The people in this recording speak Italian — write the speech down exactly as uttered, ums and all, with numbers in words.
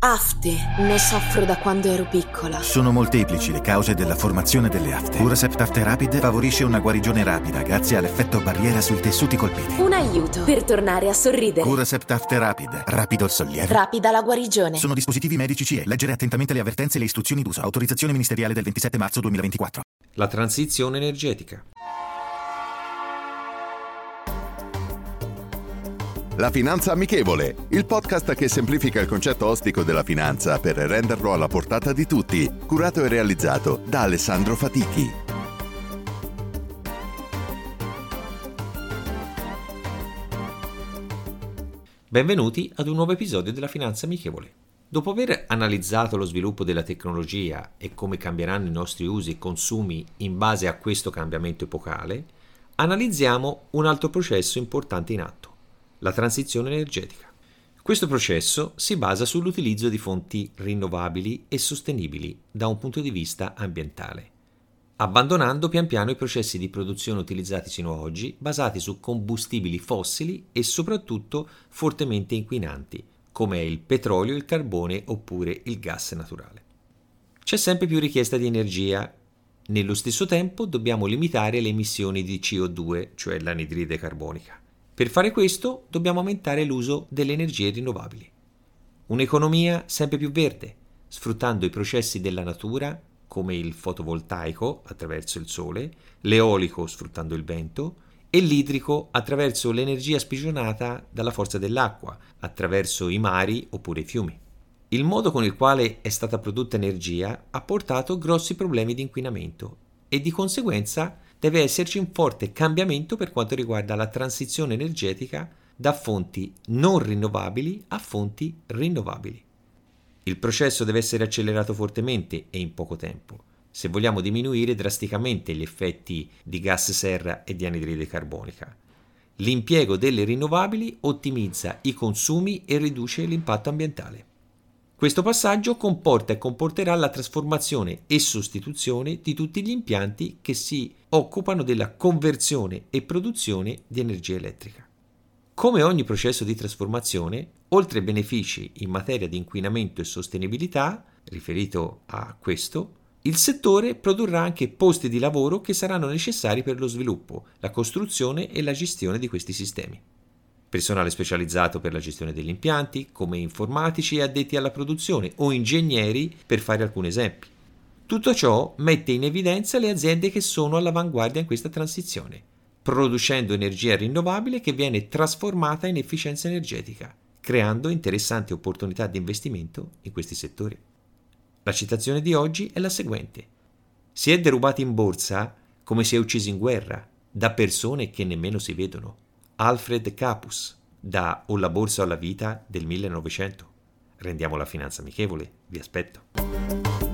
Afte, ne soffro da quando ero piccola. Sono molteplici le cause della formazione delle afte. Curacept Afte Rapid favorisce una guarigione rapida grazie all'effetto barriera sui tessuti colpiti. Un aiuto per tornare a sorridere. Curacept Afte Rapid, rapido il sollievo, rapida la guarigione. Sono dispositivi medici C E. Leggere attentamente le avvertenze e le istruzioni d'uso. Autorizzazione ministeriale del ventisette marzo duemilaventiquattro. La transizione energetica. La Finanza Amichevole, il podcast che semplifica il concetto ostico della finanza per renderlo alla portata di tutti, curato e realizzato da Alessandro Fatichi. Benvenuti ad un nuovo episodio della Finanza Amichevole. Dopo aver analizzato lo sviluppo della tecnologia e come cambieranno i nostri usi e consumi in base a questo cambiamento epocale, analizziamo un altro processo importante in atto. La transizione energetica. Questo processo si basa sull'utilizzo di fonti rinnovabili e sostenibili da un punto di vista ambientale, abbandonando pian piano i processi di produzione utilizzati sino ad oggi basati su combustibili fossili e soprattutto fortemente inquinanti, come il petrolio, il carbone oppure il gas naturale. C'è sempre più richiesta di energia. Nello stesso tempo dobbiamo limitare le emissioni di C O due, cioè l'anidride carbonica. Per fare questo dobbiamo aumentare l'uso delle energie rinnovabili. Un'economia sempre più verde, sfruttando i processi della natura come il fotovoltaico attraverso il sole, l'eolico sfruttando il vento e l'idrico attraverso l'energia sprigionata dalla forza dell'acqua, attraverso i mari oppure i fiumi. Il modo con il quale è stata prodotta energia ha portato grossi problemi di inquinamento e di conseguenza deve esserci un forte cambiamento per quanto riguarda la transizione energetica da fonti non rinnovabili a fonti rinnovabili. Il processo deve essere accelerato fortemente e in poco tempo, se vogliamo diminuire drasticamente gli effetti di gas serra e di anidride carbonica. L'impiego delle rinnovabili ottimizza i consumi e riduce l'impatto ambientale. Questo passaggio comporta e comporterà la trasformazione e sostituzione di tutti gli impianti che si occupano della conversione e produzione di energia elettrica. Come ogni processo di trasformazione, oltre ai benefici in materia di inquinamento e sostenibilità, riferito a questo, il settore produrrà anche posti di lavoro che saranno necessari per lo sviluppo, la costruzione e la gestione di questi sistemi. Personale specializzato per la gestione degli impianti, come informatici e addetti alla produzione o ingegneri, per fare alcuni esempi. Tutto ciò mette in evidenza le aziende che sono all'avanguardia in questa transizione, producendo energia rinnovabile che viene trasformata in efficienza energetica, creando interessanti opportunità di investimento in questi settori. La citazione di oggi è la seguente: si è derubati in borsa come si è uccisi in guerra, da persone che nemmeno si vedono. Alfred Capus, da O la borsa o la vita del millenovecento. Rendiamo la finanza amichevole, vi aspetto.